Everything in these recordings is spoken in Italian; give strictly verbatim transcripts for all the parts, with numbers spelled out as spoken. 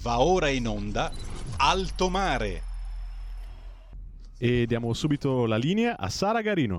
Va ora in onda Alto Mare. E diamo subito la linea a Sara Garino.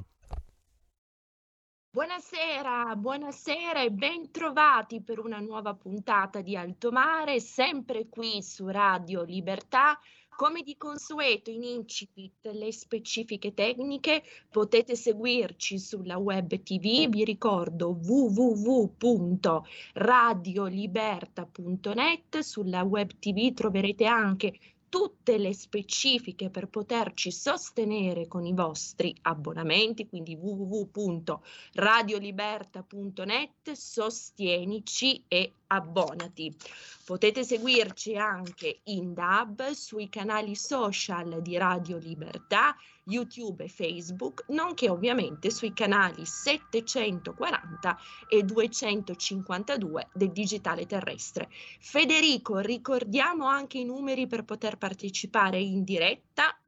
Buonasera, buonasera e ben trovati per una nuova puntata di Alto Mare, sempre qui su Radio Libertà. Come di consueto in incipit le specifiche tecniche, potete seguirci sulla web tivù, vi ricordo w w w punto radioliberta punto net, sulla web tivù troverete anche tutte le specifiche per poterci sostenere con i vostri abbonamenti, quindi w w w punto radioliberta punto net, sostienici e abbonati. Potete seguirci anche in D A B sui canali social di Radio Libertà, YouTube e Facebook, nonché ovviamente sui canali settecentoquaranta e duecentocinquantadue del digitale terrestre. Federico, ricordiamo anche i numeri per poter partecipare in diretta.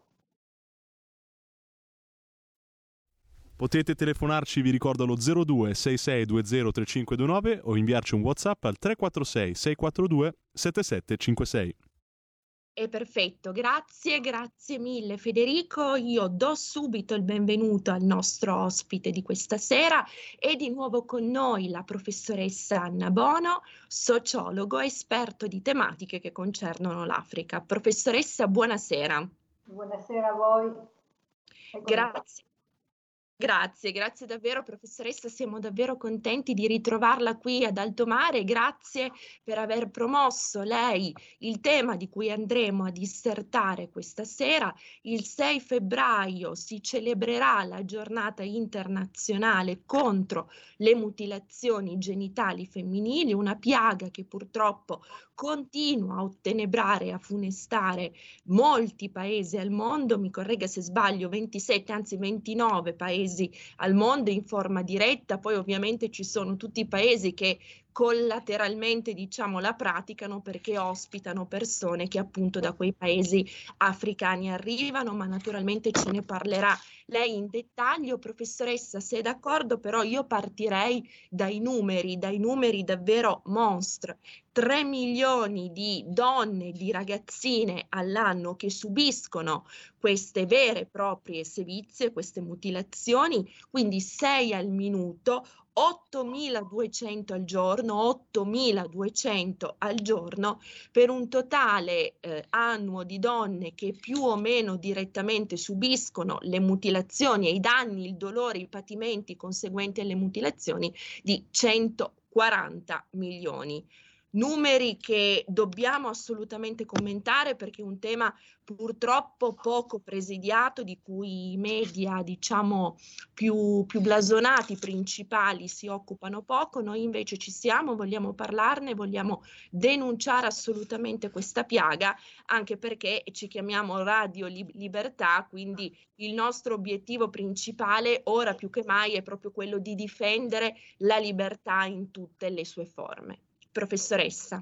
Potete telefonarci, vi ricordo, allo zero due sei sei due zero tre cinque due nove o inviarci un WhatsApp al tre quattro sei sei quattro due sette sette cinque sei. È perfetto, grazie, grazie mille Federico. Io do subito il benvenuto al nostro ospite di questa sera e di nuovo con noi la professoressa Anna Bono, sociologo, esperto di tematiche che concernono l'Africa. Professoressa, buonasera. Buonasera a voi. Grazie. Grazie, grazie davvero professoressa, siamo davvero contenti di ritrovarla qui ad Alto Mare, grazie per aver promosso lei il tema di cui andremo a dissertare questa sera. Il sei febbraio si celebrerà la giornata internazionale contro le mutilazioni genitali femminili, una piaga che purtroppo continua a ottenebrare e a funestare molti paesi al mondo, mi corregga se sbaglio, ventisette, anzi ventinove paesi al mondo in forma diretta, poi ovviamente ci sono tutti i paesi che collateralmente diciamo la praticano perché ospitano persone che appunto da quei paesi africani arrivano, ma naturalmente ce ne parlerà lei in dettaglio. Professoressa, se è d'accordo, però io partirei dai numeri, dai numeri davvero mostri. tre milioni di donne, di ragazzine all'anno che subiscono queste vere e proprie sevizie, queste mutilazioni, quindi sei al minuto, ottomiladuecento al giorno, ottomiladuecento al giorno, per un totale eh, annuo di donne che più o meno direttamente subiscono le mutilazioni e i danni, il dolore, i patimenti conseguenti alle mutilazioni di centoquaranta milioni. Numeri che dobbiamo assolutamente commentare perché è un tema purtroppo poco presidiato, di cui i media, diciamo, più, più blasonati, principali, si occupano poco. Noi invece ci siamo, vogliamo parlarne, vogliamo denunciare assolutamente questa piaga, anche perché ci chiamiamo Radio Libertà, quindi il nostro obiettivo principale ora più che mai è proprio quello di difendere la libertà in tutte le sue forme. Professoressa.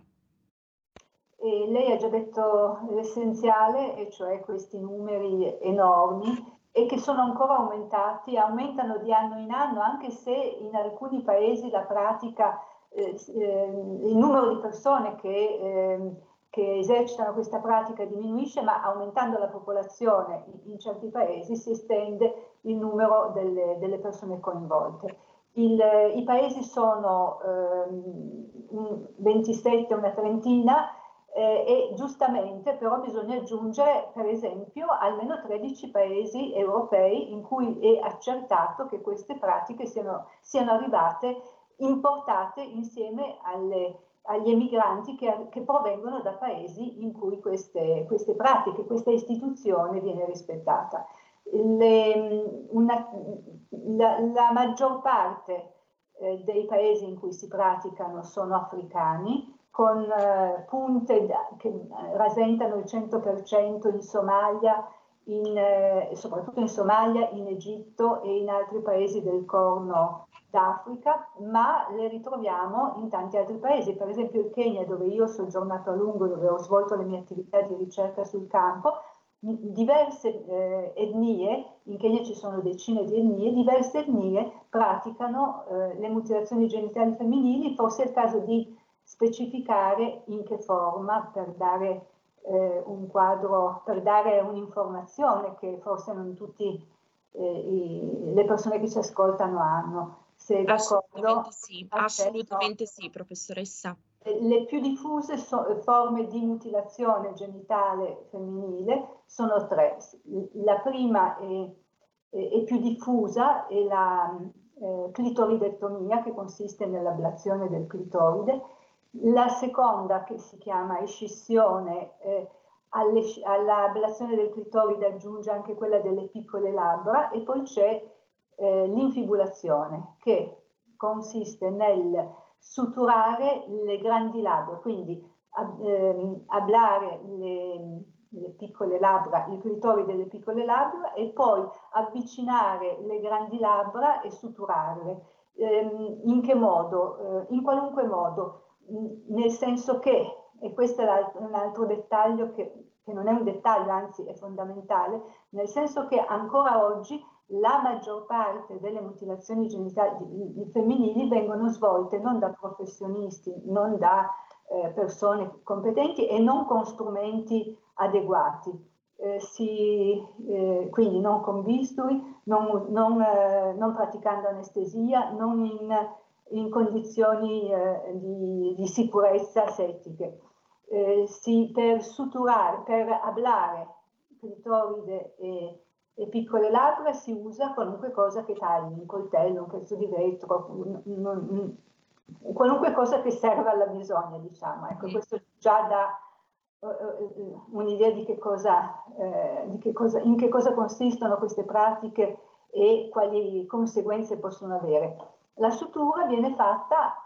E lei ha già detto l'essenziale, e cioè questi numeri enormi e che sono ancora aumentati, aumentano di anno in anno, anche se in alcuni paesi la pratica, eh, eh, il numero di persone che, eh, che esercitano questa pratica diminuisce, ma aumentando la popolazione in, in certi paesi si estende il numero delle, delle persone coinvolte. Il, I paesi sono ehm, ventisette, una trentina, eh, e giustamente però bisogna aggiungere per esempio almeno tredici paesi europei in cui è accertato che queste pratiche siano, siano arrivate importate insieme alle, agli emigranti che, che provengono da paesi in cui queste, queste pratiche, questa istituzione viene rispettata. Le, una, la, la maggior parte eh, dei paesi in cui si praticano sono africani, con eh, punte da, che rasentano il cento per cento in Somalia, in, eh, soprattutto in Somalia, in Egitto e in altri paesi del Corno d'Africa, ma le ritroviamo in tanti altri paesi, per esempio il Kenya, dove io ho soggiornato a lungo, dove ho svolto le mie attività di ricerca sul campo. Diverse eh, etnie, in Kenya ci sono decine di etnie, diverse etnie praticano eh, le mutilazioni genitali femminili. Forse è il caso di specificare in che forma per dare eh, un quadro, per dare un'informazione che forse non tutte le persone che ci ascoltano hanno. Se è Assolutamente sì, accetto, assolutamente sì, professoressa. Le più diffuse so, forme di mutilazione genitale femminile sono tre. La prima è, è, è più diffusa, è la eh, clitoridectomia, che consiste nell'ablazione del clitoride. La seconda, che si chiama escissione, eh, all'ablazione del clitoride aggiunge anche quella delle piccole labbra, e poi c'è eh, l'infibulazione, che consiste nel suturare le grandi labbra, quindi ab, ehm, ablare le, le piccole labbra, il clitoride delle piccole labbra, e poi avvicinare le grandi labbra e suturarle. Ehm, in che modo? Eh, in qualunque modo, nel senso che, e questo è un altro dettaglio che, che non è un dettaglio, anzi è fondamentale, nel senso che ancora oggi la maggior parte delle mutilazioni genitali femminili vengono svolte non da professionisti, non da eh, persone competenti e non con strumenti adeguati. Eh, si, eh, quindi non con bisturi, non, non, eh, non praticando anestesia, non in, in condizioni eh, di, di sicurezza settiche. Eh, si, per suturare, per ablare clitoride e, e piccole labbra si usa qualunque cosa che tagli, un coltello, un pezzo di vetro, un, un, un, qualunque cosa che serva alla bisogna, diciamo. Ecco, questo già dà uh, un'idea di che cosa, eh, di che cosa, in che cosa consistono queste pratiche e quali conseguenze possono avere. La sutura viene fatta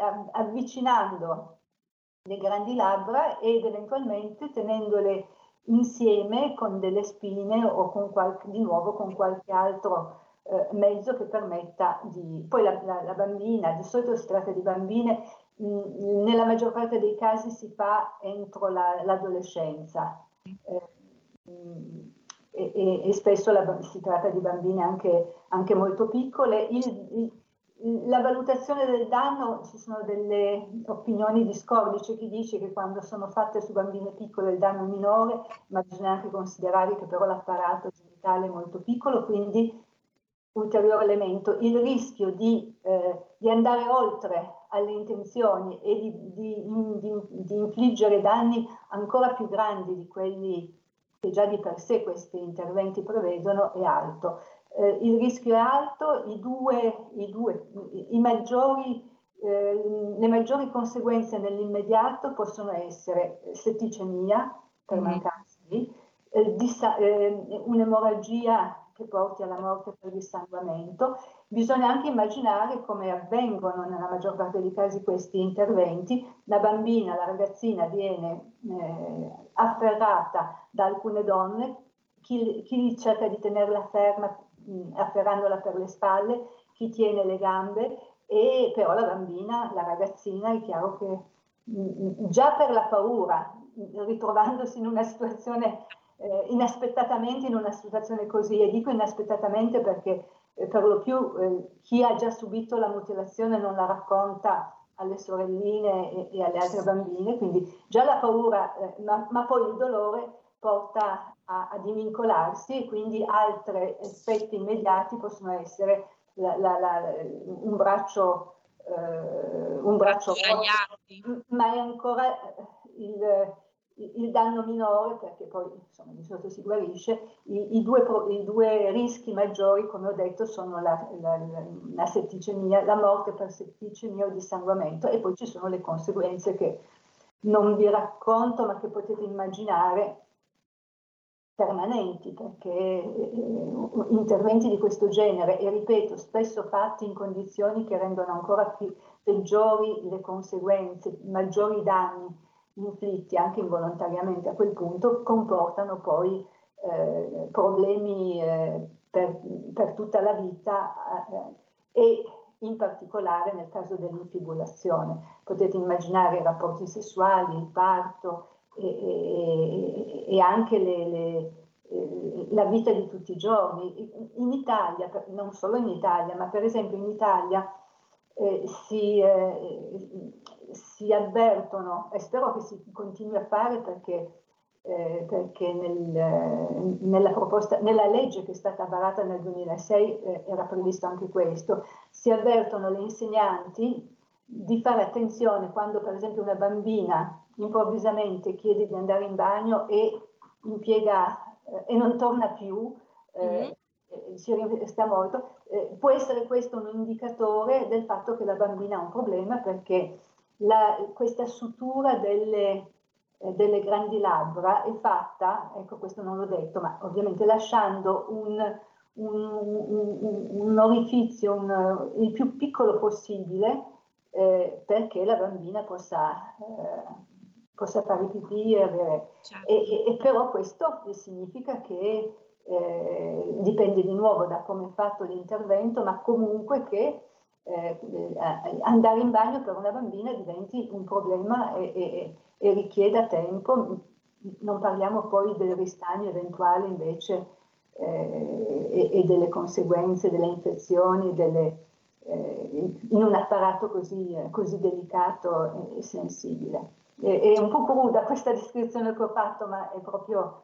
avvicinando le grandi labbra ed eventualmente tenendole insieme con delle spine o con qualche, di nuovo con qualche altro eh, mezzo che permetta di... Poi la, la, la bambina, di solito si tratta di bambine, mh, nella maggior parte dei casi si fa entro la, l'adolescenza eh, mh, e, e, e spesso la, si tratta di bambine anche, anche molto piccole. Il, il, La valutazione del danno, ci sono delle opinioni discordi, c'è chi dice che quando sono fatte su bambine piccole il danno è minore, ma bisogna anche considerare che però l'apparato genitale è molto piccolo, quindi ulteriore elemento, il rischio di, eh, di andare oltre alle intenzioni e di, di, di, di infliggere danni ancora più grandi di quelli che già di per sé questi interventi prevedono è alto. Eh, il rischio è alto, i due, i, due, i maggiori, eh, le maggiori conseguenze nell'immediato possono essere setticemia per mm-hmm. mancanza di, eh, disa- eh, un'emorragia che porti alla morte per dissanguamento. Bisogna anche immaginare come avvengono nella maggior parte dei casi questi interventi. La bambina, la ragazzina viene eh, afferrata da alcune donne, chi, chi cerca di tenerla ferma afferrandola per le spalle, chi tiene le gambe, e però la bambina, la ragazzina, è chiaro che mh, già per la paura, ritrovandosi in una situazione eh, inaspettatamente in una situazione così, e dico inaspettatamente perché eh, per lo più eh, chi ha già subito la mutilazione non la racconta alle sorelline e, e alle altre bambine, quindi già la paura, eh, ma, ma poi il dolore porta a, a divincolarsi, e quindi altri effetti immediati possono essere la, la, la, un braccio eh, un braccio rotto, ma è ancora il, il danno minore, perché poi insomma di solito si guarisce. I, i, due, i due rischi maggiori, come ho detto, sono la, la, la setticemia, la morte per setticemia o dissanguamento, e poi ci sono le conseguenze che non vi racconto ma che potete immaginare, permanenti, perché eh, interventi di questo genere, e ripeto, spesso fatti in condizioni che rendono ancora più peggiori le conseguenze, maggiori danni inflitti anche involontariamente a quel punto, comportano poi eh, problemi eh, per, per tutta la vita eh, e in particolare nel caso dell'infibulazione. Potete immaginare i rapporti sessuali, il parto, E, e, e anche le, le, la vita di tutti i giorni. In Italia, non solo in Italia, ma per esempio in Italia eh, si, eh, si avvertono, e spero che si continui a fare perché Eh, perché nel, nella, proposta, nella legge che è stata varata nel duemilasei eh, era previsto anche questo, si avvertono le insegnanti di fare attenzione quando per esempio una bambina improvvisamente chiede di andare in bagno e impiega eh, e non torna più, eh, mm-hmm. si sta morto, eh, può essere questo un indicatore del fatto che la bambina ha un problema, perché la, questa sutura delle delle grandi labbra è fatta, ecco questo non l'ho detto, ma ovviamente lasciando un, un, un, un orifizio un, il più piccolo possibile eh, perché la bambina possa, eh, possa fare pipì e avere... Certo. E, e, e però questo significa che eh, dipende di nuovo da come è fatto l'intervento, ma comunque che eh, andare in bagno per una bambina diventi un problema e, e e richieda tempo, non parliamo poi del ristagno eventuale invece eh, e, e delle conseguenze delle infezioni delle, eh, in un apparato così, così delicato e, e sensibile. E, è un po' cruda questa descrizione che ho fatto, ma è proprio,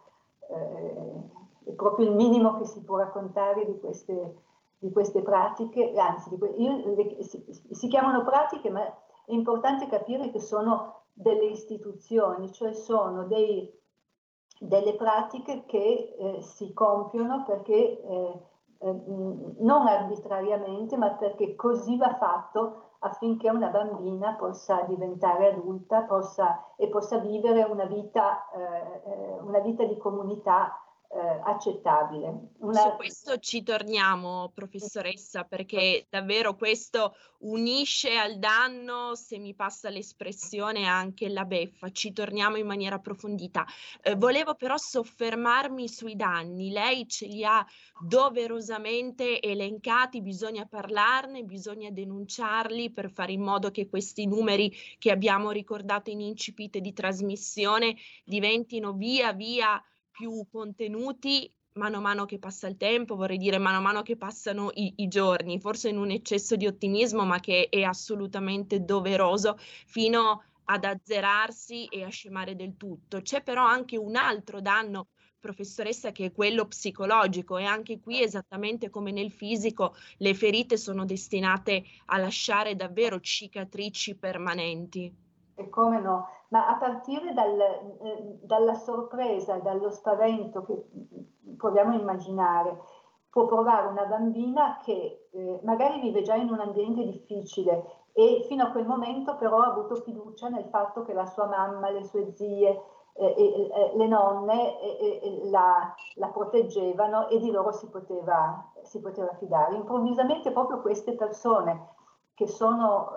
eh, è proprio il minimo che si può raccontare di queste, di queste pratiche, anzi di que- io, le, si, si chiamano pratiche, ma è importante capire che sono delle istituzioni, cioè sono dei, delle pratiche che eh, si compiono perché eh, eh, non arbitrariamente, ma perché così va fatto affinché una bambina possa diventare adulta possa, e possa vivere una vita, eh, una vita di comunità eh, accettabile. Una... Su questo ci torniamo, professoressa, perché davvero questo unisce al danno, se mi passa l'espressione, anche la beffa. Ci torniamo in maniera approfondita. Eh, volevo però soffermarmi sui danni. Lei ce li ha doverosamente elencati, bisogna parlarne, bisogna denunciarli per fare in modo che questi numeri che abbiamo ricordato in incipit di trasmissione diventino via via più contenuti mano a mano che passa il tempo, vorrei dire mano a mano che passano i, i giorni, forse in un eccesso di ottimismo, ma che è assolutamente doveroso fino ad azzerarsi e a scemare del tutto. C'è però anche un altro danno, professoressa, che è quello psicologico, e anche qui, esattamente come nel fisico, le ferite sono destinate a lasciare davvero cicatrici permanenti. E come no, ma a partire dal, eh, dalla sorpresa, dallo spavento che proviamo a immaginare, può provare una bambina che eh, magari vive già in un ambiente difficile e fino a quel momento però ha avuto fiducia nel fatto che la sua mamma, le sue zie, eh, eh, le nonne eh, eh, la, la proteggevano e di loro si poteva, si poteva fidare. Improvvisamente proprio queste persone che sono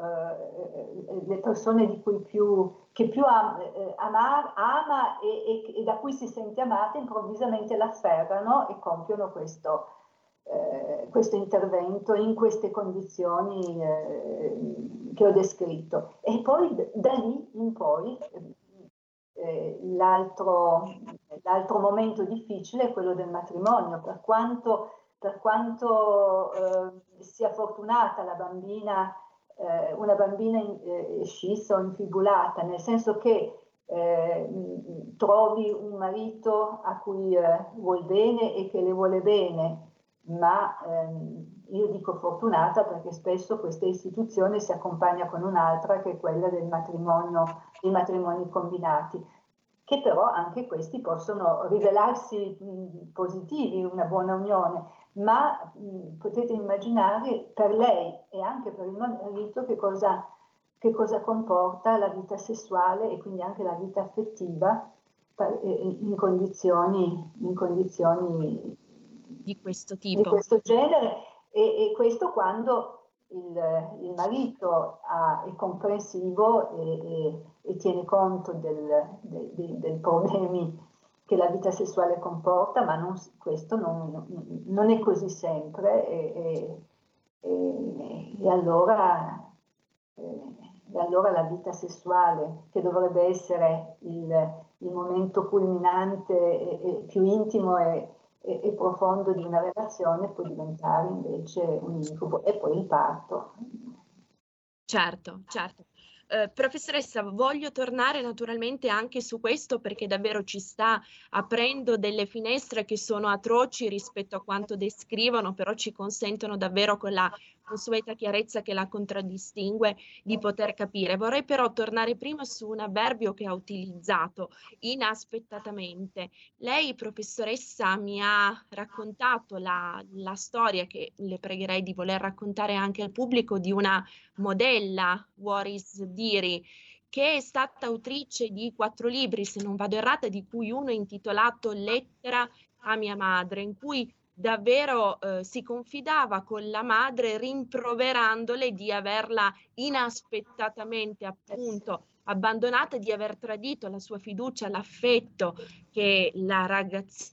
eh, le persone di cui più, che più am, eh, ama, ama e, e, e da cui si sente amata, improvvisamente la afferrano e compiono questo, eh, questo intervento in queste condizioni eh, che ho descritto. E poi da lì in poi eh, l'altro, l'altro momento difficile è quello del matrimonio, per quanto per quanto eh, sia fortunata la bambina, eh, una bambina eh, scissa o infibulata, nel senso che eh, trovi un marito a cui eh, vuol bene e che le vuole bene, ma ehm, io dico fortunata perché spesso questa istituzione si accompagna con un'altra che è quella del matrimonio, dei matrimoni combinati, che però anche questi possono rivelarsi mh, positivi, una buona unione, ma mh, potete immaginare per lei e anche per il marito che cosa, che cosa comporta la vita sessuale e quindi anche la vita affettiva per, in, condizioni, in condizioni di questo tipo, di questo genere, e, e questo quando il, il marito ha, è comprensivo e, e, e tiene conto del, de, de, dei problemi che la vita sessuale comporta, ma non, questo non, non è così sempre e, e, e, allora, e allora la vita sessuale, che dovrebbe essere il, il momento culminante e, e più intimo e, e, e profondo di una relazione, può diventare invece un incubo, e poi il parto. Certo, certo. Eh, professoressa, voglio tornare naturalmente anche su questo perché davvero ci sta aprendo delle finestre che sono atroci rispetto a quanto descrivono, però ci consentono davvero con la consueta chiarezza che la contraddistingue di poter capire. Vorrei però tornare prima su un avverbio che ha utilizzato, inaspettatamente. Lei, professoressa, mi ha raccontato la, la storia che le pregherei di voler raccontare anche al pubblico di una modella, Waris Dirie, che è stata autrice di quattro libri, se non vado errata, di cui uno intitolato Lettera a mia madre, in cui davvero eh, si confidava con la madre rimproverandole di averla inaspettatamente appunto abbandonata, di aver tradito la sua fiducia, l'affetto che la ragazzina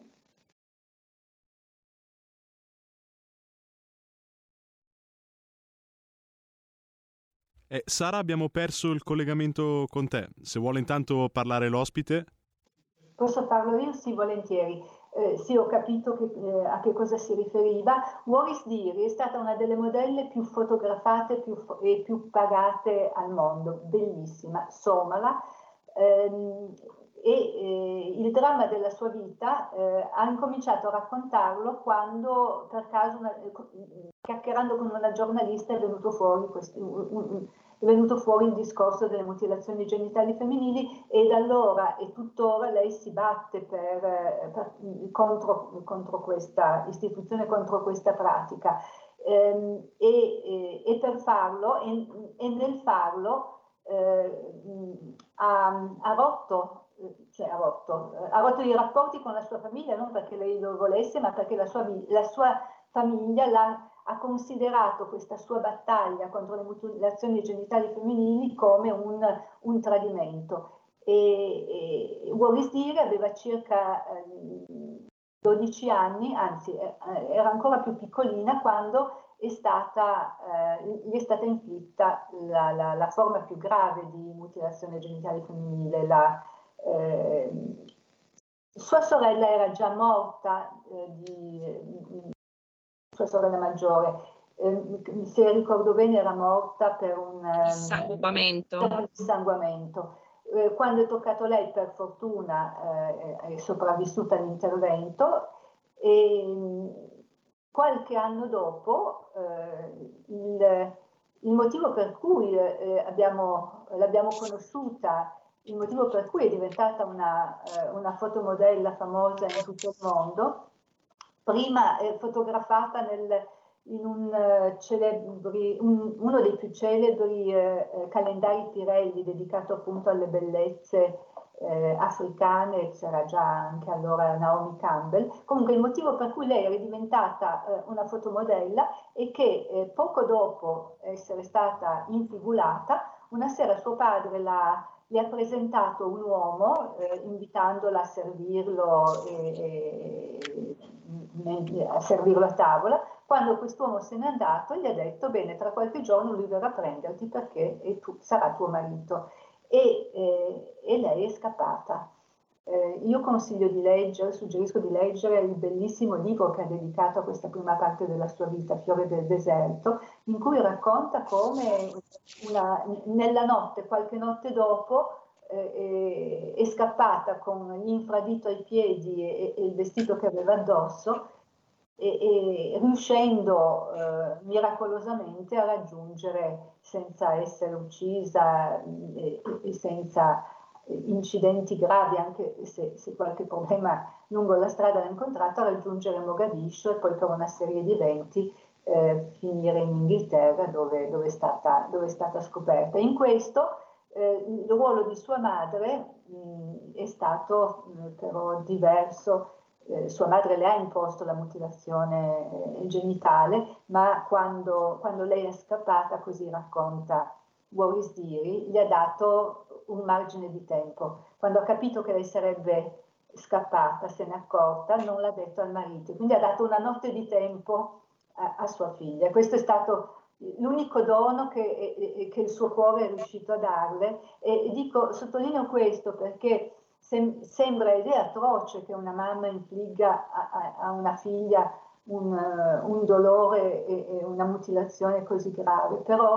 Eh, Sara, abbiamo perso il collegamento con te. Se vuole intanto parlare l'ospite. Posso farlo io? Sì, volentieri. Eh, sì, ho capito che, eh, a che cosa si riferiva. Waris Dirie è stata una delle modelle più fotografate più fo- e più pagate al mondo, bellissima, somala. Ehm, e eh, il dramma della sua vita eh, ha incominciato a raccontarlo quando per caso, una- chiacchierando con una giornalista, è venuto fuori questo, un- un- è venuto fuori il discorso delle mutilazioni genitali femminili, e da allora e tuttora lei si batte per, per, contro, contro questa istituzione, contro questa pratica. Ehm, e, e, e per farlo, e, e nel farlo, eh, ha, ha rotto cioè ha rotto, ha rotto i rapporti con la sua famiglia, non perché lei lo volesse, ma perché la sua, la sua famiglia l'ha, ha considerato questa sua battaglia contro le mutilazioni genitali femminili come un, un tradimento. E, e Waris Dirie aveva circa eh, dodici anni, anzi eh, era ancora più piccolina quando è stata, eh, gli è stata inflitta la, la, la forma più grave di mutilazione genitale femminile. La, eh, sua sorella era già morta, eh, di, sua sorella maggiore, eh, se ricordo bene era morta per un dissanguamento. Per un dissanguamento. Eh, quando è toccato lei, per fortuna, eh, è sopravvissuta all'intervento, e qualche anno dopo eh, il, il motivo per cui eh, abbiamo, l'abbiamo conosciuta, il motivo per cui è diventata una, eh, una fotomodella famosa in tutto il mondo, prima è fotografata nel, in un, uh, celebri, un, uno dei più celebri uh, calendari Pirelli dedicato appunto alle bellezze uh, africane, c'era già anche allora Naomi Campbell. Comunque il motivo per cui lei è diventata uh, una fotomodella è che eh, poco dopo essere stata infibulata, una sera suo padre la, le ha presentato un uomo eh, invitandola a servirlo e, e, a servirlo a tavola. Quando quest'uomo se n'è andato, gli ha detto: bene, tra qualche giorno lui verrà a prenderti perché è tu, sarà tuo marito. E, eh, e lei è scappata. Eh, io consiglio di leggere, suggerisco di leggere il bellissimo libro che ha dedicato a questa prima parte della sua vita, Fiore del deserto, in cui racconta come una, nella notte, qualche notte dopo, eh, è scappata con l'infradito ai piedi e, e il vestito che aveva addosso, e, e riuscendo eh, miracolosamente a raggiungere, senza essere uccisa e, e senza incidenti gravi, anche se, se qualche problema lungo la strada l'ha incontrato, a raggiungere Mogadiscio e poi per una serie di eventi eh, finire in Inghilterra, dove, dove, è stata, dove è stata scoperta. In questo eh, il ruolo di sua madre mh, è stato mh, però diverso. Eh, sua madre le ha imposto la mutilazione eh, genitale, ma quando, quando lei è scappata, così racconta Waris Dirie, gli ha dato un margine di tempo. Quando ha capito che lei sarebbe scappata, se n'è accorta, non l'ha detto al marito, quindi ha dato una notte di tempo a, a sua figlia. Questo è stato l'unico dono che, che il suo cuore è riuscito a darle, e dico, sottolineo questo perché sem sembra ed è atroce che una mamma infligga a, a, a una figlia un, uh, un dolore e, e una mutilazione così grave, però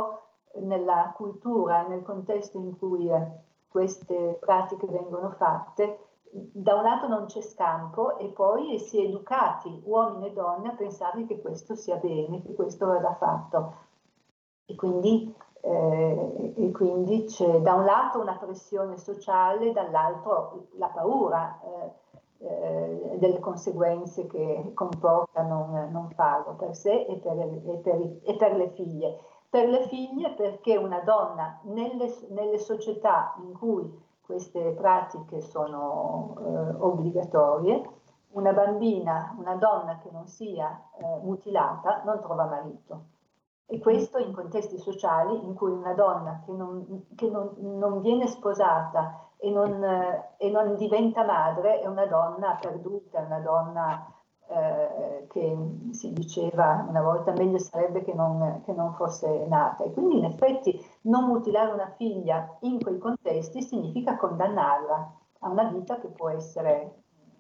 nella cultura e nel contesto in cui queste pratiche vengono fatte, da un lato non c'è scampo e poi si è educati, uomini e donne, a pensare che questo sia bene, che questo vada fatto. E quindi, eh, e quindi c'è da un lato una pressione sociale, dall'altro la paura eh, eh, delle conseguenze che comporta non, non farlo per sé e per, e, per, e per le figlie. Per le figlie perché una donna nelle, nelle società in cui queste pratiche sono eh, obbligatorie, una bambina, una donna che non sia eh, mutilata non trova marito. E questo in contesti sociali in cui una donna che non, che non, non viene sposata e non, eh, e non diventa madre è una donna perduta, è una donna eh, che si diceva una volta meglio sarebbe che non, che non fosse nata. E quindi in effetti non mutilare una figlia in quei contesti significa condannarla a una vita che può essere,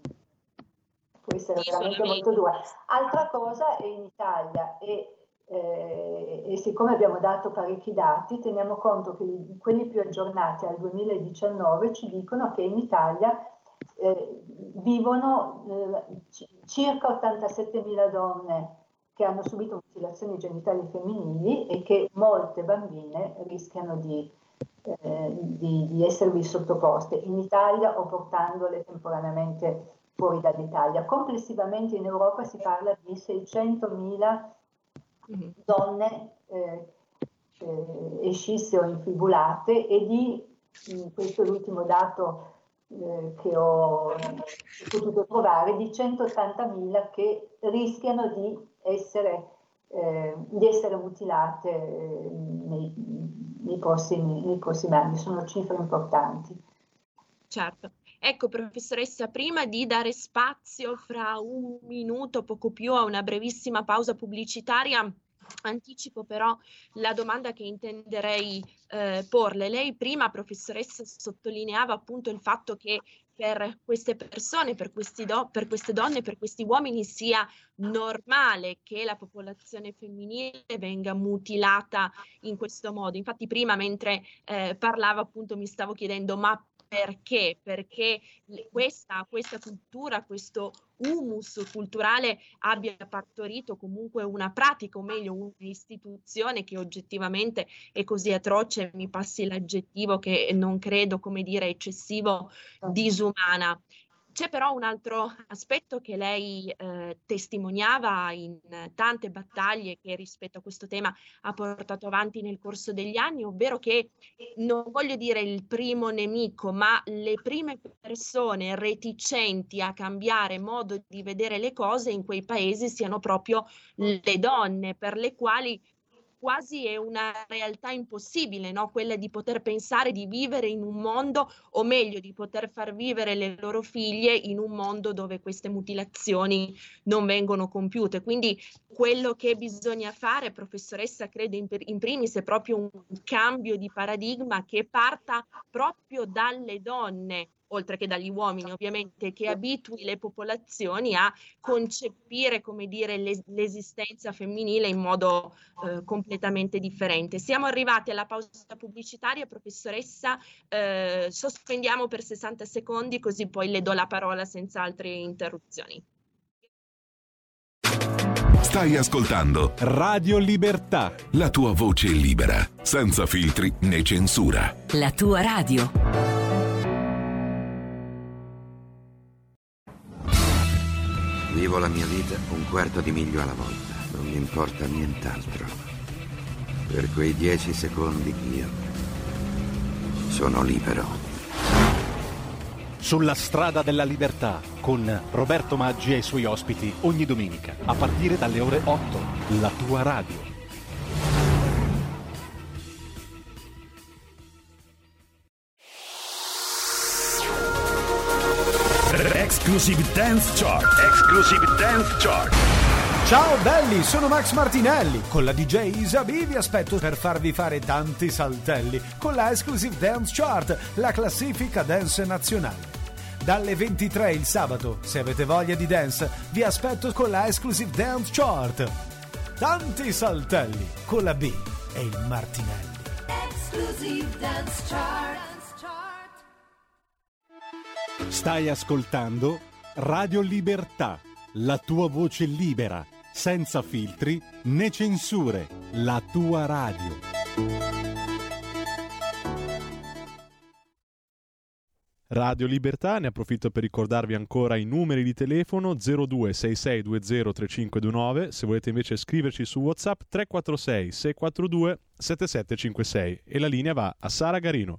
può essere veramente molto dura. Altra cosa è in Italia e Eh, e siccome abbiamo dato parecchi dati, teniamo conto che quelli più aggiornati al duemiladiciannove ci dicono che in Italia eh, vivono eh, c- circa ottantasettemila donne che hanno subito mutilazioni genitali femminili e che molte bambine rischiano di, eh, di, di esservi sottoposte in Italia o portandole temporaneamente fuori dall'Italia. Complessivamente in Europa si parla di seicentomila donne eh, eh, escisse o infibulate e di, questo è l'ultimo dato eh, che ho potuto trovare, di centottantamila che rischiano di essere, eh, di essere mutilate eh, nei, nei, prossimi, nei prossimi anni. Sono cifre importanti. Certo. Ecco, professoressa, prima di dare spazio fra un minuto, poco più, a una brevissima pausa pubblicitaria, anticipo però la domanda che intenderei eh, porle. Lei prima, professoressa, sottolineava appunto il fatto che per queste persone, per, questi do- per queste donne, per questi uomini sia normale che la popolazione femminile venga mutilata in questo modo. Infatti prima, mentre eh, parlava, appunto mi stavo chiedendo ma perché? Perché questa, questa cultura, questo humus culturale abbia partorito comunque una pratica, o meglio un'istituzione che oggettivamente è così atroce, mi passi l'aggettivo che non credo, come dire, eccessivo, disumana. C'è però un altro aspetto che lei eh, testimoniava in tante battaglie che rispetto a questo tema ha portato avanti nel corso degli anni, ovvero che non voglio dire il primo nemico, ma le prime persone reticenti a cambiare modo di vedere le cose in quei paesi siano proprio le donne, per le quali quasi è una realtà impossibile, no? Quella di poter pensare di vivere in un mondo, o meglio di poter far vivere le loro figlie in un mondo dove queste mutilazioni non vengono compiute. Quindi quello che bisogna fare, professoressa, credo in, in primis è proprio un cambio di paradigma che parta proprio dalle donne, oltre che dagli uomini ovviamente, che abitui le popolazioni a concepire, come dire, l'es- l'esistenza femminile in modo eh, completamente differente. Siamo arrivati alla pausa pubblicitaria, professoressa, eh, sospendiamo per sessanta secondi così poi le do la parola senza altre interruzioni. Stai ascoltando Radio Libertà, la tua voce libera, senza filtri né censura. La tua radio. Vivo la mia vita un quarto di miglio alla volta, non mi importa nient'altro. Per quei dieci secondi io sono libero. Sulla strada della libertà, con Roberto Maggi e i suoi ospiti ogni domenica, a partire dalle ore otto, la tua radio. Exclusive Dance Chart. Exclusive Dance Chart. Ciao belli, sono Max Martinelli. Con la D J Isabi vi aspetto per farvi fare tanti saltelli con la Exclusive Dance Chart, la classifica dance nazionale. Dalle ventitré il sabato, se avete voglia di dance, vi aspetto con la Exclusive Dance Chart. Tanti saltelli con la B e il Martinelli. Exclusive Dance Chart. Stai ascoltando Radio Libertà, la tua voce libera, senza filtri né censure, la tua radio. Radio Libertà, ne approfitto per ricordarvi ancora i numeri di telefono zero due sei sei due zero tre cinque due nove, se volete invece scriverci su WhatsApp tre quattro sei sei quattro due sette sette cinque sei e la linea va a Sara Garino.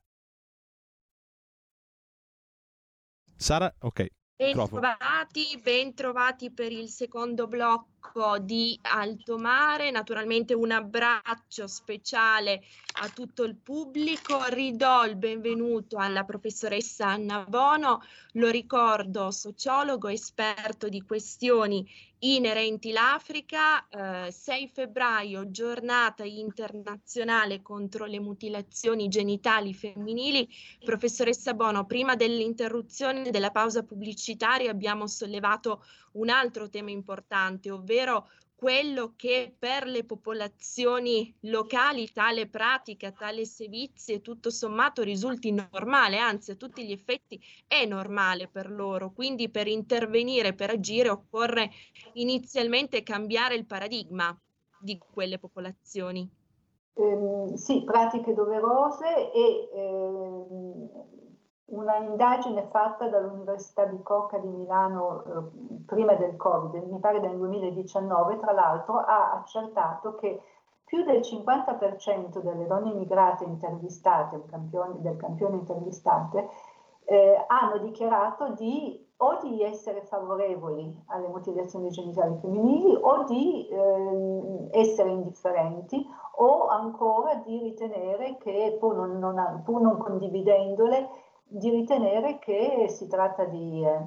Sara, ok. Bentrovati, bentrovati per il secondo blocco di Alto Mare. Naturalmente un abbraccio speciale a tutto il pubblico. Ridò il benvenuto alla professoressa Anna Bono, lo ricordo, sociologo, esperto di questioni inerenti l'Africa. Eh, sei febbraio, giornata internazionale contro le mutilazioni genitali femminili. Professoressa Bono, prima dell'interruzione della pausa pubblicitaria abbiamo sollevato un altro tema importante, ovvero quello che per le popolazioni locali tale pratica, tale servizio tutto sommato risulti normale, anzi a tutti gli effetti è normale per loro. Quindi per intervenire, per agire occorre inizialmente cambiare il paradigma di quelle popolazioni. Eh, sì, pratiche doverose e eh, una indagine fatta dall'Università Bicocca di Milano eh, prima del Covid, mi pare del duemiladiciannove, tra l'altro, ha accertato che più del cinquanta per cento delle donne immigrate intervistate, un campione, del campione intervistate, eh, hanno dichiarato di o di essere favorevoli alle mutilazioni genitali femminili o di eh, essere indifferenti o ancora di ritenere che, pur non, non, pur non condividendole, di ritenere che si tratta di, eh,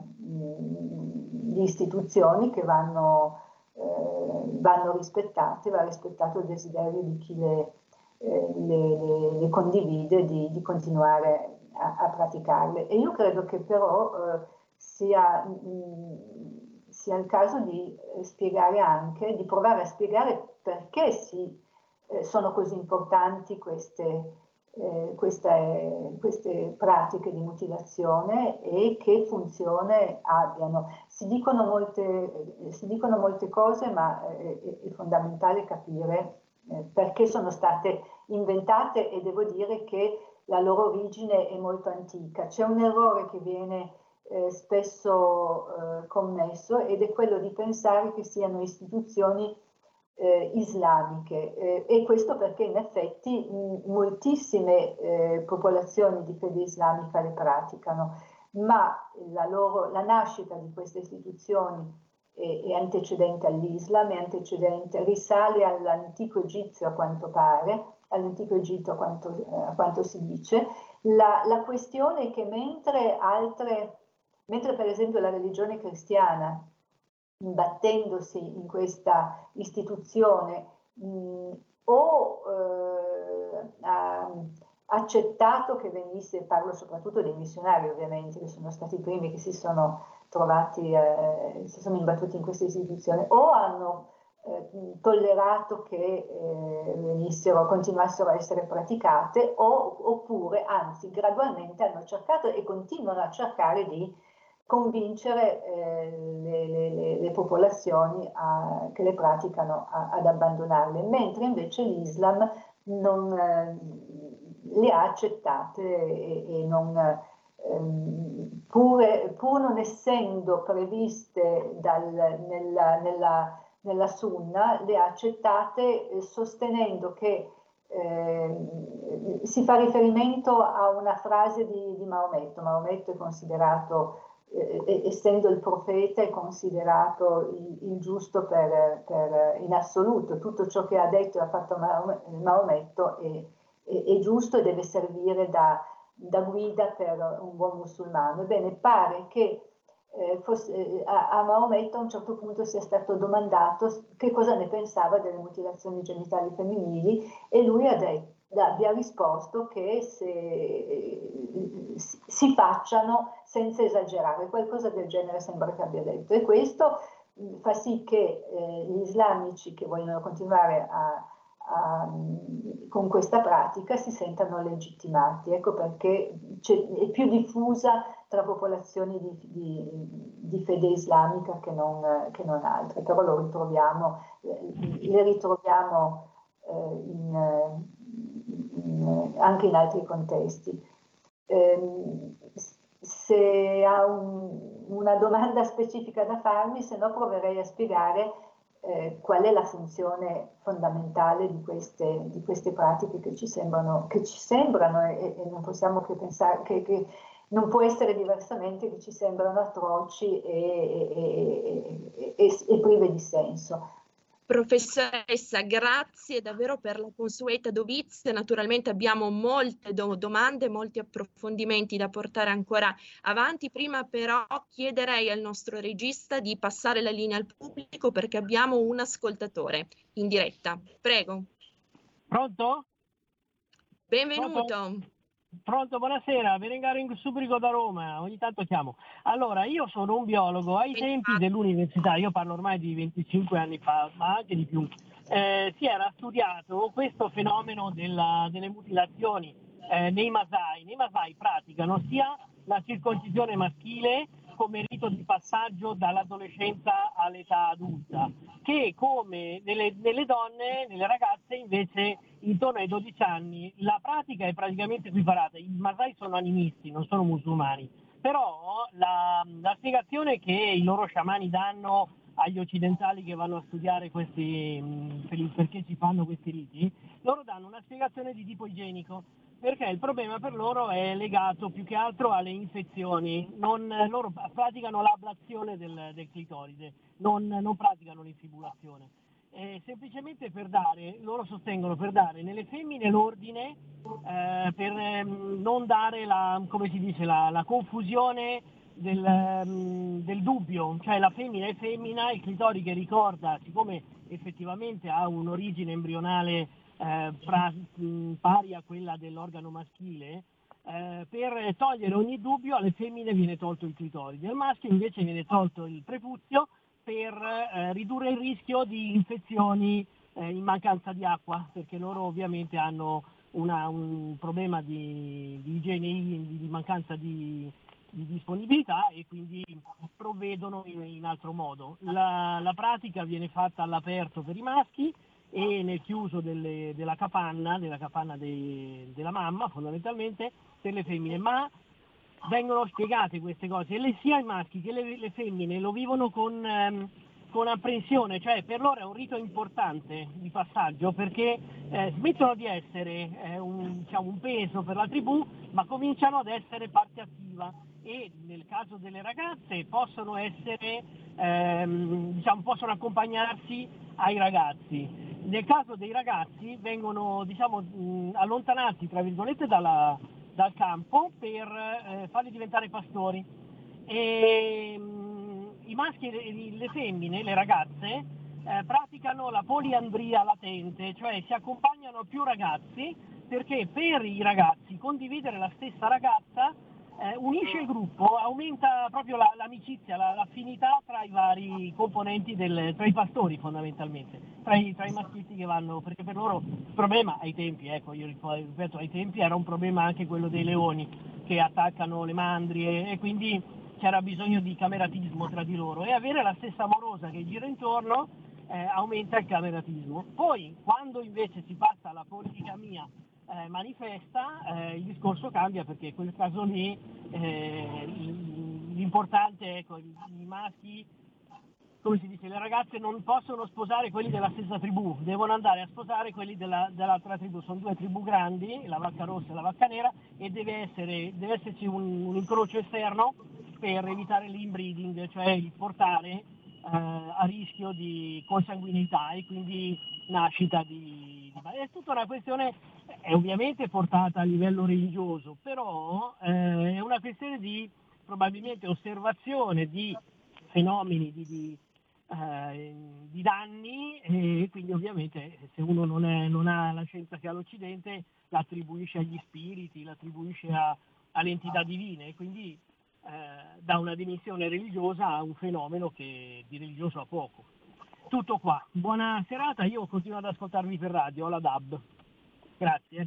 di istituzioni che vanno, eh, vanno rispettate, va rispettato il desiderio di chi le, eh, le, le, le condivide di, di continuare a, a praticarle. E io credo che però eh, sia, mh, sia il caso di spiegare anche, di provare a spiegare perché si, eh, sono così importanti queste Eh, queste, queste pratiche di mutilazione e che funzione abbiano. Si dicono molte, eh, si dicono molte cose, ma eh, è fondamentale capire eh, perché sono state inventate e devo dire che la loro origine è molto antica. C'è un errore che viene eh, spesso eh, commesso ed è quello di pensare che siano istituzioni Eh, islamiche eh, e questo perché in effetti mh, moltissime eh, popolazioni di fede islamica le praticano, ma la, loro, la nascita di queste istituzioni è, è antecedente all'Islam, è antecedente, risale all'antico Egizio a quanto pare, all'antico Egitto a quanto, eh, a quanto si dice. La, la questione è che mentre altre, mentre per esempio la religione cristiana, imbattendosi in questa istituzione, mh, o eh, ha accettato che venisse, parlo soprattutto dei missionari ovviamente, che sono stati i primi che si sono trovati, eh, si sono imbattuti in questa istituzione, o hanno eh, tollerato che eh, venissero, continuassero a essere praticate, o, oppure anzi gradualmente hanno cercato e continuano a cercare di convincere eh, le, le, le popolazioni a, che le praticano a, ad abbandonarle, mentre invece l'Islam non eh, le ha accettate e, e non, eh, pure, pur non essendo previste dal, nella, nella, nella Sunna, le ha accettate eh, sostenendo che eh, si fa riferimento a una frase di, di Maometto. Maometto è considerato, Eh, essendo il profeta, è considerato il, il giusto per, per, in assoluto. Tutto ciò che ha detto e ha fatto Maometto è, è, è giusto e deve servire da, da guida per un buon musulmano. Ebbene, pare che eh, fosse, a, a Maometto a un certo punto sia stato domandato che cosa ne pensava delle mutilazioni genitali femminili e lui ha detto, abbia risposto che se si facciano senza esagerare, qualcosa del genere sembra che abbia detto, e questo fa sì che eh, gli islamici che vogliono continuare a, a, con questa pratica si sentano legittimati. Ecco perché è più diffusa tra popolazioni di, di, di fede islamica che non, che non altre, però lo ritroviamo, le ritroviamo eh, in, in, anche in altri contesti. Eh, se ha un, una domanda specifica da farmi, se no proverei a spiegare eh, qual è la funzione fondamentale di queste, di queste pratiche che ci sembrano, che ci sembrano e, e non possiamo che pensare che, che non può essere diversamente, che ci sembrano atroci e, e, e, e, e prive di senso. Professoressa, grazie davvero per la consueta dovizia. Naturalmente abbiamo molte do- domande, molti approfondimenti da portare ancora avanti. Prima però chiederei al nostro regista di passare la linea al pubblico perché abbiamo un ascoltatore in diretta. Prego. Pronto? Benvenuto. Pronto? Pronto, buonasera, Berengaro in Subrico da Roma, ogni tanto chiamo. Allora, io sono un biologo, ai tempi dell'università, io parlo ormai di venticinque anni fa, ma anche di più, eh, si era studiato questo fenomeno della, delle mutilazioni eh, nei Masai. Nei Masai praticano sia la circoncisione maschile come rito di passaggio dall'adolescenza all'età adulta, che come nelle, nelle donne, nelle ragazze invece intorno ai dodici anni la pratica è praticamente equiparata. I Masai sono animisti, non sono musulmani, però la, la spiegazione che i loro sciamani danno agli occidentali che vanno a studiare questi, perché ci fanno questi riti, loro danno una spiegazione di tipo igienico, perché il problema per loro è legato più che altro alle infezioni. Non, loro praticano l'ablazione del, del clitoride, non, non praticano l'infibulazione. Eh, semplicemente per dare, loro sostengono per dare nelle femmine l'ordine, eh, per ehm, non dare la, come si dice, la, la confusione del, ehm, del dubbio, cioè la femmina è femmina, il clitoride che ricorda, siccome effettivamente ha un'origine embrionale Eh, pra, mh, pari a quella dell'organo maschile, eh, per togliere ogni dubbio alle femmine viene tolto il clitoride, al maschio invece viene tolto il prepuzio per eh, ridurre il rischio di infezioni eh, in mancanza di acqua, perché loro ovviamente hanno una, un problema di, di igiene, di, di mancanza di, di disponibilità e quindi provvedono in, in altro modo. La, la pratica viene fatta all'aperto per i maschi e nel chiuso delle, della capanna, della capanna dei, della mamma fondamentalmente per le femmine, ma vengono spiegate queste cose e sia i maschi che le, le femmine lo vivono con, ehm, con apprensione, cioè per loro è un rito importante di passaggio perché eh, smettono di essere eh, un, diciamo, un peso per la tribù, ma cominciano ad essere parte attiva e nel caso delle ragazze possono essere, ehm, diciamo, possono accompagnarsi ai ragazzi. Nel caso dei ragazzi vengono diciamo, mh, allontanati tra virgolette dalla, dal campo per eh, farli diventare pastori. E, mh, i maschi e le femmine, le ragazze, eh, praticano la poliandria latente, cioè si accompagnano a più ragazzi perché per i ragazzi condividere la stessa ragazza eh, unisce il gruppo, aumenta proprio la, l'amicizia, la, l'affinità tra i vari componenti, del, tra i pastori fondamentalmente, tra i, tra i maschietti che vanno, perché per loro il problema ai tempi, ecco io ripeto ai tempi era un problema anche quello dei leoni che attaccano le mandrie e quindi c'era bisogno di cameratismo tra di loro e avere la stessa amorosa che gira intorno eh, aumenta il cameratismo. Poi quando invece si passa alla poligamia Eh, manifesta, eh, il discorso cambia perché in quel caso lì eh, l'importante ecco, i, i maschi, come si dice, le ragazze non possono sposare quelli della stessa tribù, devono andare a sposare quelli della, dell'altra tribù, sono due tribù grandi, la vacca rossa e la vacca nera e deve, essere, deve esserci un, un incrocio esterno per evitare l'inbreeding, cioè il portare eh, a rischio di consanguinità e quindi nascita di, di... È tutta una questione è ovviamente portata a livello religioso, però eh, è una questione di probabilmente osservazione di fenomeni di, di, eh, di danni e quindi ovviamente se uno non, è, non ha la scienza che ha l'Occidente l'attribuisce agli spiriti, l'attribuisce a, alle entità divine e quindi eh, da una dimensione religiosa a un fenomeno che di religioso ha poco. tutto qua. Buona serata, io continuo ad ascoltarvi per radio, la D A B. Grazie.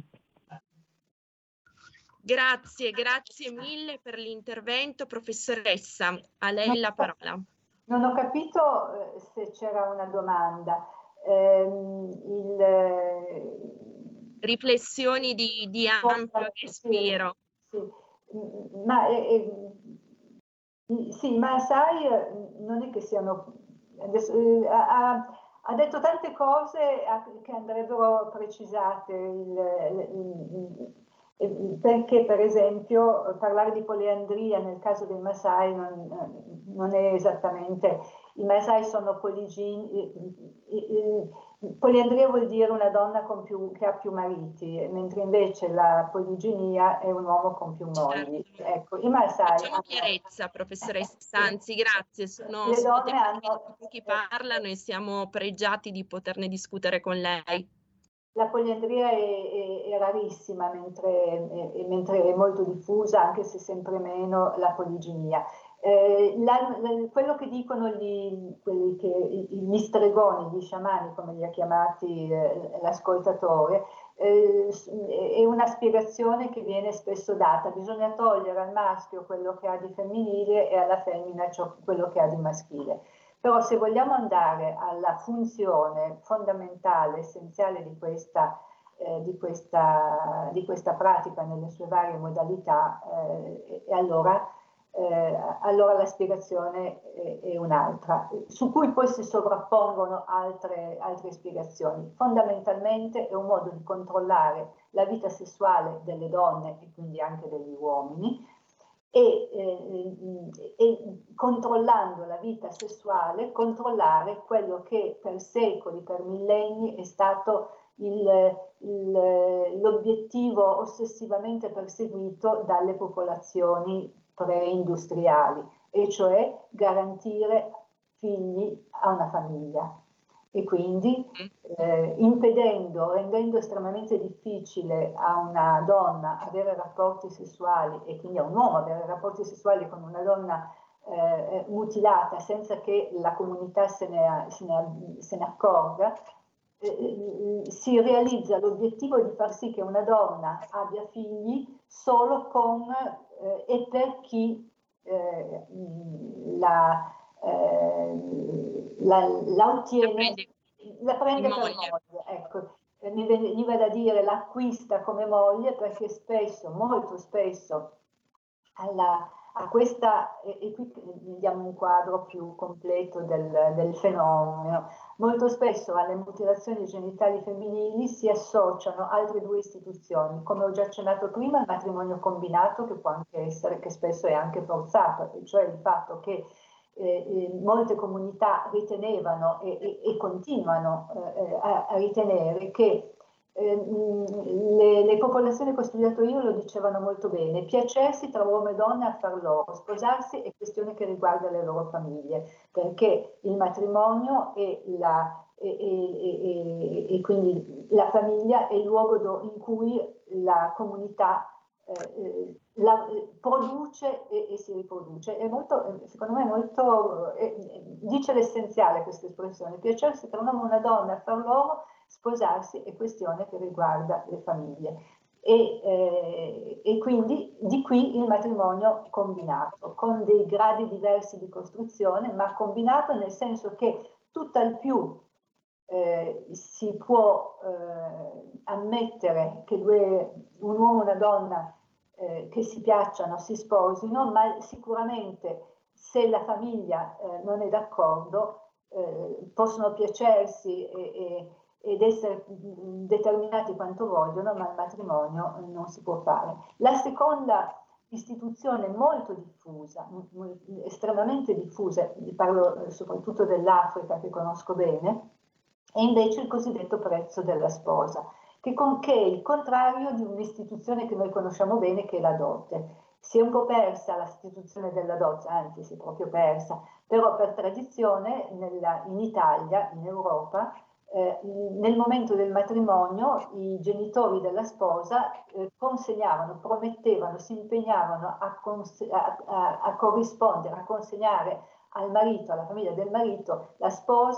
Grazie, grazie mille per l'intervento, professoressa. A lei la parola. Non ho capito eh, se c'era una domanda. Ehm, il, eh, Riflessioni di, di ampio respiro. Sì, sì. Ma, eh, eh, sì, ma sai, non è che siano... Adesso, eh, ha, ha detto tante cose che andrebbero precisate. Il, il, il, perché, per esempio, parlare di poliandria nel caso dei Masai non, non è esattamente... I Masai sono poligini... Poliandria vuol dire una donna con più, che ha più mariti, mentre invece la poliginia è un uomo con più mogli. Certo. Ecco, i Masai Facciamo hanno... chiarezza, professoressa, anzi grazie, sono, Le sono donne temi hanno... di pochi parlano e siamo pregiati di poterne discutere con lei. La poliandria è, è, è rarissima, mentre è, mentre è molto diffusa, anche se sempre meno la poliginia. Eh, la, la, quello che dicono gli, quelli che, gli stregoni, gli sciamani, come li ha chiamati eh, l'ascoltatore, eh, è una spiegazione che viene spesso data. Bisogna togliere al maschio quello che ha di femminile e alla femmina ciò, quello che ha di maschile. Però se vogliamo andare alla funzione fondamentale, essenziale di questa, eh, di questa, di questa pratica nelle sue varie modalità, eh, e allora, eh, allora la spiegazione è, è un'altra, su cui poi si sovrappongono altre, altre spiegazioni. Fondamentalmente è un modo di controllare la vita sessuale delle donne e quindi anche degli uomini, E, eh, e controllando la vita sessuale, controllare quello che per secoli, per millenni è stato l'obiettivo ossessivamente perseguito dalle popolazioni preindustriali, e cioè garantire figli a una famiglia. E quindi eh, impedendo, rendendo estremamente difficile a una donna avere rapporti sessuali e quindi a un uomo avere rapporti sessuali con una donna eh, mutilata senza che la comunità se ne, se ne, se ne accorga, eh, si realizza l'obiettivo di far sì che una donna abbia figli solo con eh, e per chi eh, la... Eh, la, la ottiene, la prende per moglie, ecco, eh, mi veniva da dire l'acquista come moglie, perché spesso, molto spesso, alla, a questa, e, e qui diamo un quadro più completo del, del fenomeno, molto spesso alle mutilazioni genitali femminili si associano altre due istituzioni, come ho già accennato prima, il matrimonio combinato, che può anche essere, che spesso è anche forzato, cioè il fatto che Eh, molte comunità ritenevano e, e, e continuano eh, a, a ritenere che eh, le, le popolazioni che ho studiato io lo dicevano molto bene: piacersi tra uomo e donna a far loro, sposarsi è questione che riguarda le loro famiglie, perché il matrimonio e, la, e, e, e quindi la famiglia è il luogo do, in cui la comunità Eh, la, produce e, e si riproduce. È molto, secondo me, molto, eh, dice l'essenziale questa espressione: piacersi tra un uomo e una donna a far loro, sposarsi è questione che riguarda le famiglie. E, eh, e quindi di qui il matrimonio combinato, con dei gradi diversi di costruzione, ma combinato nel senso che tutt'al più Eh, si può eh, ammettere che due, un uomo e una donna eh, che si piacciono si sposino, ma sicuramente se la famiglia eh, non è d'accordo eh, possono piacersi e, e, ed essere determinati quanto vogliono, ma il matrimonio non si può fare. La seconda istituzione molto diffusa, estremamente diffusa, parlo soprattutto dell'Africa che conosco bene, è invece il cosiddetto prezzo della sposa, che, con, che è il contrario di un'istituzione che noi conosciamo bene, che è la dote. Si è un po' persa l'istituzione della dote, anzi si è proprio persa, però per tradizione nella, in Italia, in Europa, eh, nel momento del matrimonio i genitori della sposa eh, consegnavano, promettevano, si impegnavano a, a, a, a corrispondere, a consegnare al marito, alla famiglia del marito, la sposa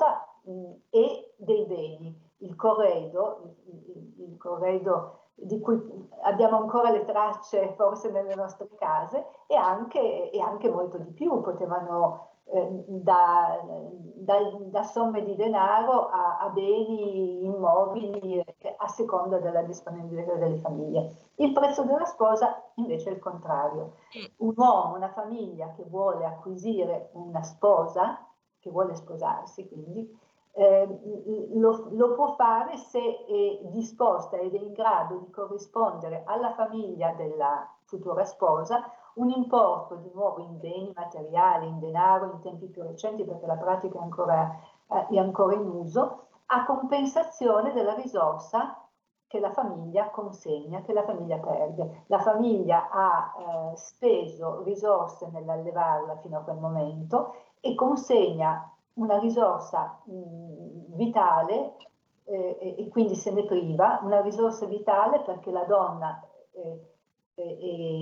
mh, e dei beni. Il corredo, il, il, il corredo di cui abbiamo ancora le tracce forse nelle nostre case, e anche, e anche molto di più, potevano eh, da, da, da somme di denaro a, a beni immobili eh, a seconda della disponibilità delle famiglie. Il prezzo della sposa invece è il contrario. Un uomo, una famiglia che vuole acquisire una sposa, che vuole sposarsi quindi, Eh, lo, lo può fare se è disposta ed è in grado di corrispondere alla famiglia della futura sposa un importo di nuovo in beni materiali, in denaro, in tempi più recenti, perché la pratica è ancora, eh, è ancora in uso, a compensazione della risorsa che la famiglia consegna, che la famiglia perde. La famiglia ha eh, speso risorse nell'allevarla fino a quel momento e consegna una risorsa mh, vitale eh, e, e quindi se ne priva, una risorsa vitale perché la donna eh, eh,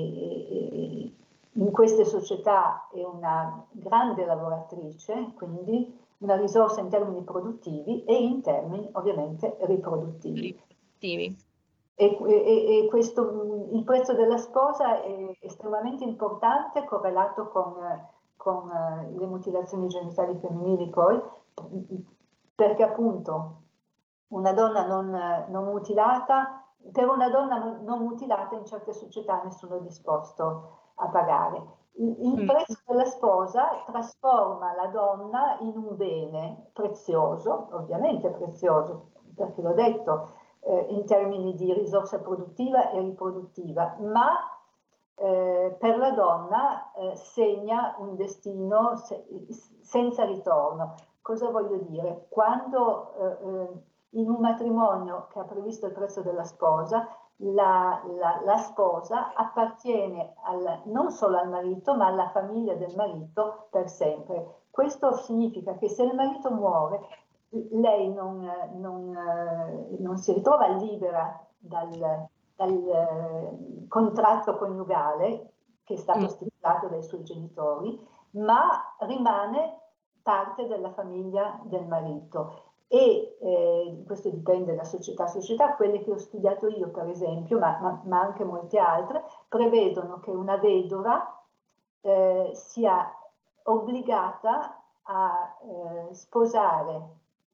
eh, in queste società è una grande lavoratrice, quindi una risorsa in termini produttivi e in termini ovviamente riproduttivi. riproduttivi. E, e, e questo, il prezzo della sposa è estremamente importante, correlato con con uh, le mutilazioni genitali femminili poi, perché appunto una donna non, non mutilata, per una donna non, non mutilata in certe società nessuno è disposto a pagare. Il, il prezzo della sposa trasforma la donna in un bene prezioso, ovviamente prezioso, perché l'ho detto, eh, in termini di risorsa produttiva e riproduttiva, ma Eh, per la donna eh, segna un destino se, senza ritorno. Cosa voglio dire? Quando eh, in un matrimonio che ha previsto il prezzo della sposa, la, la, la sposa appartiene al, non solo al marito, ma alla famiglia del marito per sempre. Questo significa che se il marito muore, lei non, non, non si ritrova libera dal dal eh, contratto coniugale che è stato stipulato dai suoi genitori, ma rimane parte della famiglia del marito. E eh, questo dipende da società a società. Quelle che ho studiato io, per esempio, ma, ma, ma anche molte altre, prevedono che una vedova eh, sia obbligata a eh, sposare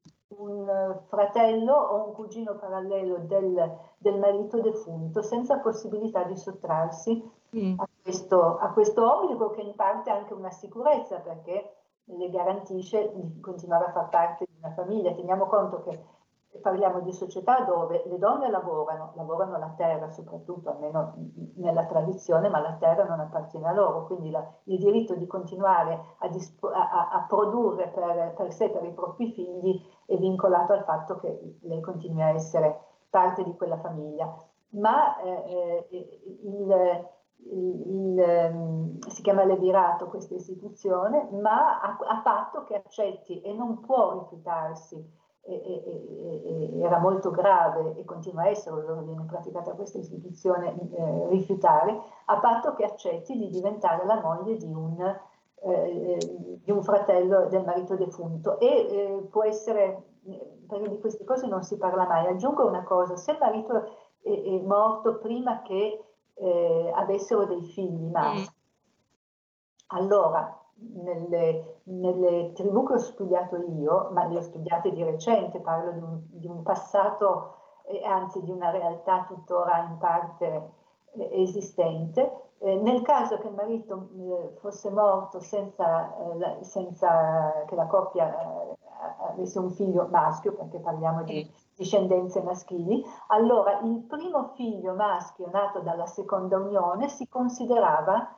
un fratello o un cugino parallelo del, del marito defunto, senza possibilità di sottrarsi mm. a, questo, a questo obbligo, che in parte è anche una sicurezza, perché le garantisce di continuare a far parte di una famiglia. Teniamo conto che parliamo di società dove le donne lavorano, lavorano la terra soprattutto, almeno nella tradizione, ma la terra non appartiene a loro, quindi la, il diritto di continuare a, dispo, a, a produrre per, per sé, per i propri figli, è vincolato al fatto che lei continui a essere parte di quella famiglia. Ma eh, il, il, il, si chiama levirato questa istituzione, ma a, a patto che accetti, e non può rifiutarsi. E, e, e, era molto grave e continua a essere, dove viene praticata questa istituzione, eh, rifiutare, a patto che accetti di diventare la moglie di un, eh, di un fratello del marito defunto. E eh, può essere, perché di queste cose non si parla mai. Aggiungo una cosa: se il marito è, è morto prima che eh, avessero dei figli maschi, mm. allora Nelle, nelle tribù che ho studiato io, ma le ho studiate di recente, parlo di un, di un passato, eh, anzi di una realtà tuttora in parte eh, esistente, eh, nel caso che il marito eh, fosse morto senza, eh, la, senza che la coppia eh, avesse un figlio maschio, perché parliamo di discendenze maschili, allora il primo figlio maschio nato dalla seconda unione si considerava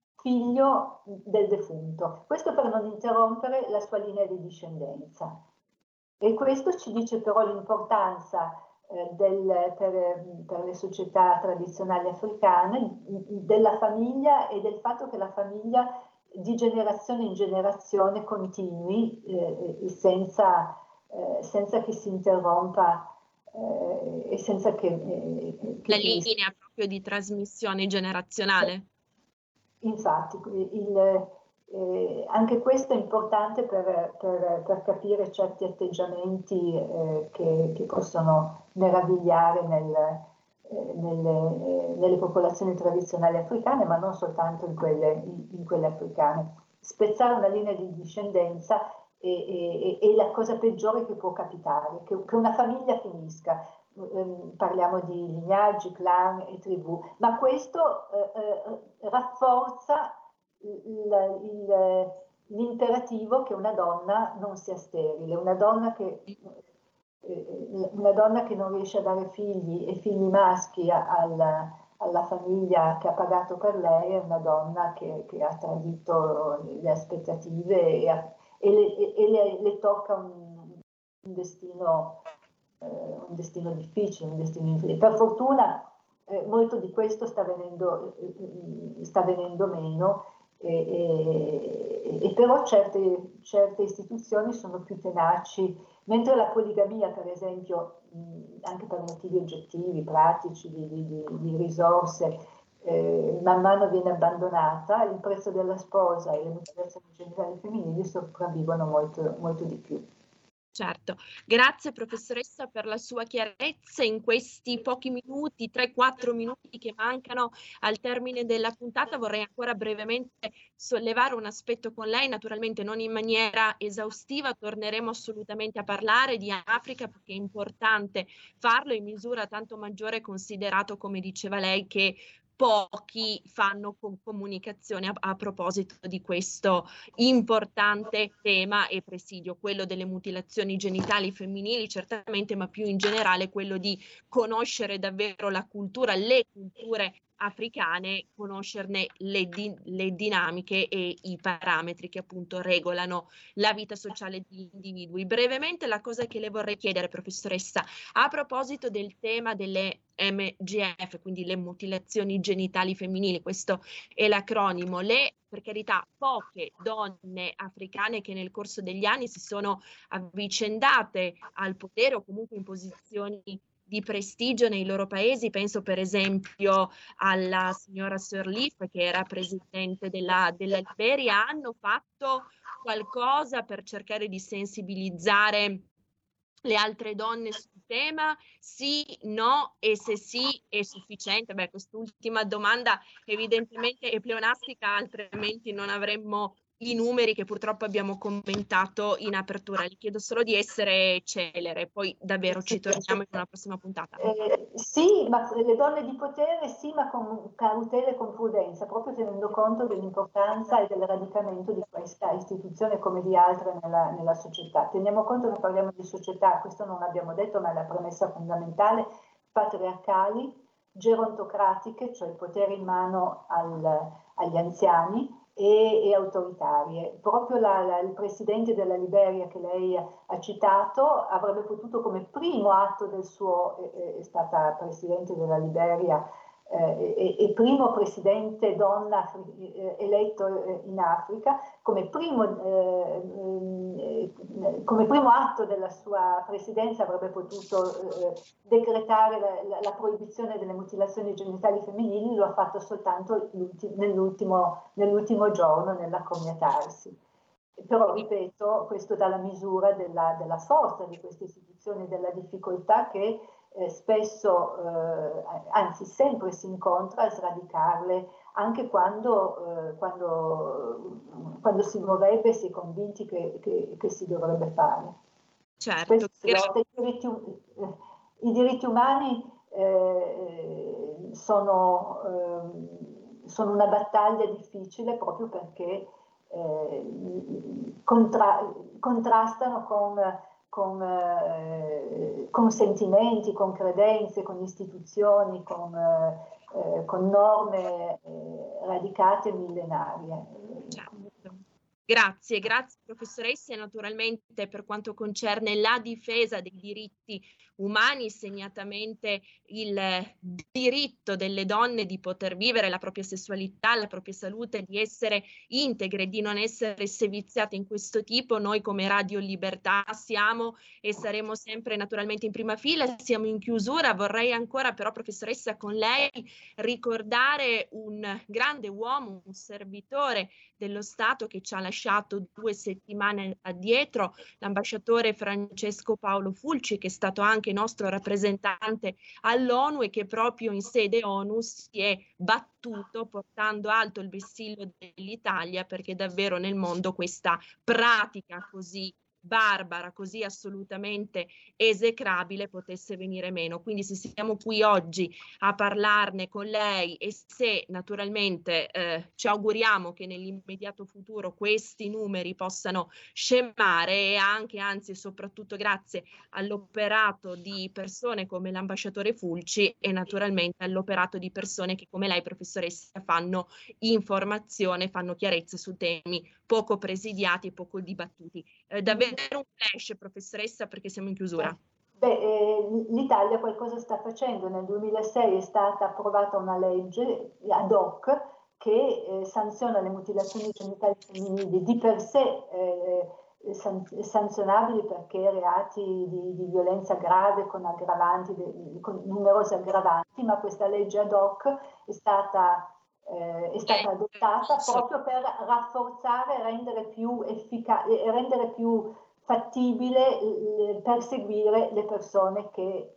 figlio del defunto, questo per non interrompere la sua linea di discendenza. E questo ci dice però l'importanza eh, del, per, per le società tradizionali africane della famiglia e del fatto che la famiglia di generazione in generazione continui eh, senza, eh, senza che si interrompa eh, e senza che... Eh, che la linea si... proprio di trasmissione generazionale. Infatti, il, Eh, anche questo è importante per, per, per capire certi atteggiamenti eh, che, che possono meravigliare nel, eh, nelle, nelle popolazioni tradizionali africane, ma non soltanto in quelle, in, in quelle africane. Spezzare una linea di discendenza è, è, è la cosa peggiore che può capitare, che, che una famiglia finisca. Eh, parliamo di lignaggi, clan e tribù, ma questo eh, eh, rafforza il, il, l'imperativo che una donna non sia sterile, una donna che, eh, una donna che non riesce a dare figli e figli maschi alla, alla famiglia che ha pagato per lei è una donna che, che ha tradito le aspettative e, ha, e, le, e le, le tocca un, un destino eh, un destino difficile, un destino infelice. Per fortuna eh, molto di questo sta venendo, eh, sta venendo meno. E, e, e però certe, certe istituzioni sono più tenaci, mentre la poligamia, per esempio, mh, anche per motivi oggettivi, pratici, di, di, di risorse, eh, man mano viene abbandonata, il prezzo della sposa e le mutilazioni genitali femminili sopravvivono molto, molto di più. Certo, grazie professoressa per la sua chiarezza in questi pochi minuti, tre quattro minuti che mancano al termine della puntata. Vorrei ancora brevemente sollevare un aspetto con lei, naturalmente non in maniera esaustiva, torneremo assolutamente a parlare di Africa perché è importante farlo in misura tanto maggiore considerato, come diceva lei, che pochi fanno con comunicazione a, a proposito di questo importante tema e presidio, quello delle mutilazioni genitali femminili certamente, ma più in generale quello di conoscere davvero la cultura, le culture africane, conoscerne le, di, le dinamiche e i parametri che appunto regolano la vita sociale di individui. Brevemente la cosa che le vorrei chiedere, professoressa, a proposito del tema delle M G F, quindi le mutilazioni genitali femminili, questo è l'acronimo, le, per carità, poche donne africane che nel corso degli anni si sono avvicendate al potere o comunque in posizioni di prestigio nei loro paesi, penso per esempio alla signora Sirleaf che era presidente della, della Liberia, hanno fatto qualcosa per cercare di sensibilizzare le altre donne sul tema? Sì, no, e se sì è sufficiente? Beh, quest'ultima domanda evidentemente è pleonastica, altrimenti non avremmo i numeri che purtroppo abbiamo commentato in apertura. Le chiedo solo di essere celere, poi davvero ci torniamo in una prossima puntata. Eh, sì, ma le donne di potere sì, ma con cautela e con prudenza, proprio tenendo conto dell'importanza e del radicamento di questa istituzione come di altre nella, nella società. Teniamo conto che parliamo di società, questo non l'abbiamo detto, ma è la premessa fondamentale, patriarcali, gerontocratiche, cioè il potere in mano al, agli anziani, E, e autoritarie. Proprio la, la, il presidente della Liberia che lei ha citato avrebbe potuto come primo atto del suo, è, è stata presidente della Liberia eh, e, e primo presidente donna eh, eletto in Africa, come primo, eh, eh, come primo atto della sua presidenza avrebbe potuto eh, decretare la, la, la proibizione delle mutilazioni genitali femminili, lo ha fatto soltanto nell'ultimo, nell'ultimo giorno, nell'accomiatarsi. Però, ripeto, questo dà la misura della, della forza di queste istituzioni, della difficoltà che eh, spesso, eh, anzi sempre si incontra a sradicarle, anche quando, eh, quando, quando si vorrebbe, si è convinti che, che, che si dovrebbe fare. Certo, I diritti, i diritti umani eh, sono, eh, sono una battaglia difficile proprio perché eh, contra, contrastano con, con, eh, con sentimenti, con credenze, con istituzioni, con, eh, con norme eh, radicate millenarie. Certo. Grazie, grazie professoressa, e naturalmente per quanto concerne la difesa dei diritti umani, segnatamente il diritto delle donne di poter vivere la propria sessualità, la propria salute, di essere integre, di non essere seviziate in questo tipo. Noi come Radio Libertà siamo e saremo sempre naturalmente in prima fila. Siamo in chiusura, vorrei ancora però, professoressa, con lei ricordare un grande uomo, un servitore dello Stato che ci ha lasciato due settimane addietro, l'ambasciatore Francesco Paolo Fulci, che è stato anche nostro rappresentante all'ONU e che proprio in sede ONU si è battuto portando alto il vessillo dell'Italia perché davvero nel mondo questa pratica così barbara, così assolutamente esecrabile potesse venire meno. Quindi se siamo qui oggi a parlarne con lei e se naturalmente eh, ci auguriamo che nell'immediato futuro questi numeri possano scemare, e anche, anzi e soprattutto grazie all'operato di persone come l'ambasciatore Fulci e naturalmente all'operato di persone che come lei, professoressa, fanno informazione, fanno chiarezza su temi poco presidiati e poco dibattuti. Eh, davvero un flash, professoressa, perché siamo in chiusura. Beh, eh, l'Italia qualcosa sta facendo. Nel duemilasei è stata approvata una legge ad hoc che eh, sanziona le mutilazioni genitali femminili, di per sé eh, san- sanzionabili perché reati di, di violenza grave con aggravanti, de- con numerose aggravanti, ma questa legge ad hoc è stata Eh, è stata adottata proprio per rafforzare e rendere più efficace e rendere più fattibile eh, perseguire le persone che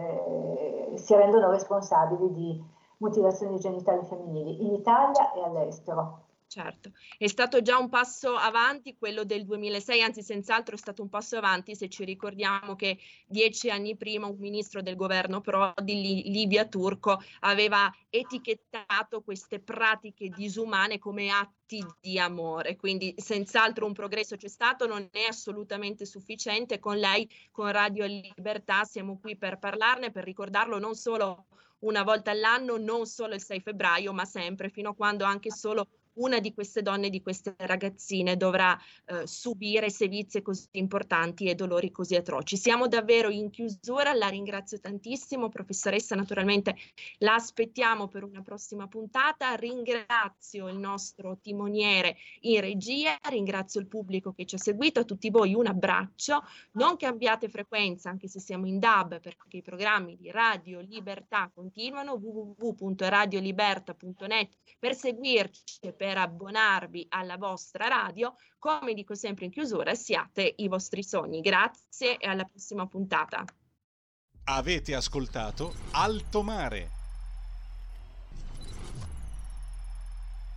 eh, si rendono responsabili di mutilazioni genitali femminili in Italia e all'estero. Certo, è stato già un passo avanti quello del duemilasei, anzi senz'altro è stato un passo avanti se ci ricordiamo che dieci anni prima un ministro del governo Prodi, Livia Turco, aveva etichettato queste pratiche disumane come atti di amore, quindi senz'altro un progresso c'è stato, non è assolutamente sufficiente. Con lei, con Radio Libertà, siamo qui per parlarne, per ricordarlo non solo una volta all'anno, non solo il sei febbraio, ma sempre, fino a quando anche solo una di queste donne, di queste ragazzine dovrà eh, subire sevizie così importanti e dolori così atroci. Siamo davvero in chiusura, la ringrazio tantissimo, professoressa, naturalmente la aspettiamo per una prossima puntata. Ringrazio il nostro timoniere in regia, ringrazio il pubblico che ci ha seguito, a tutti voi un abbraccio, non cambiate frequenza anche se siamo in D A B perché i programmi di Radio Libertà continuano, w w w punto radio liberta punto net per seguirci e per per abbonarvi alla vostra radio. Come dico sempre in chiusura, siate i vostri sogni. Grazie e alla prossima puntata. Avete ascoltato Alto Mare.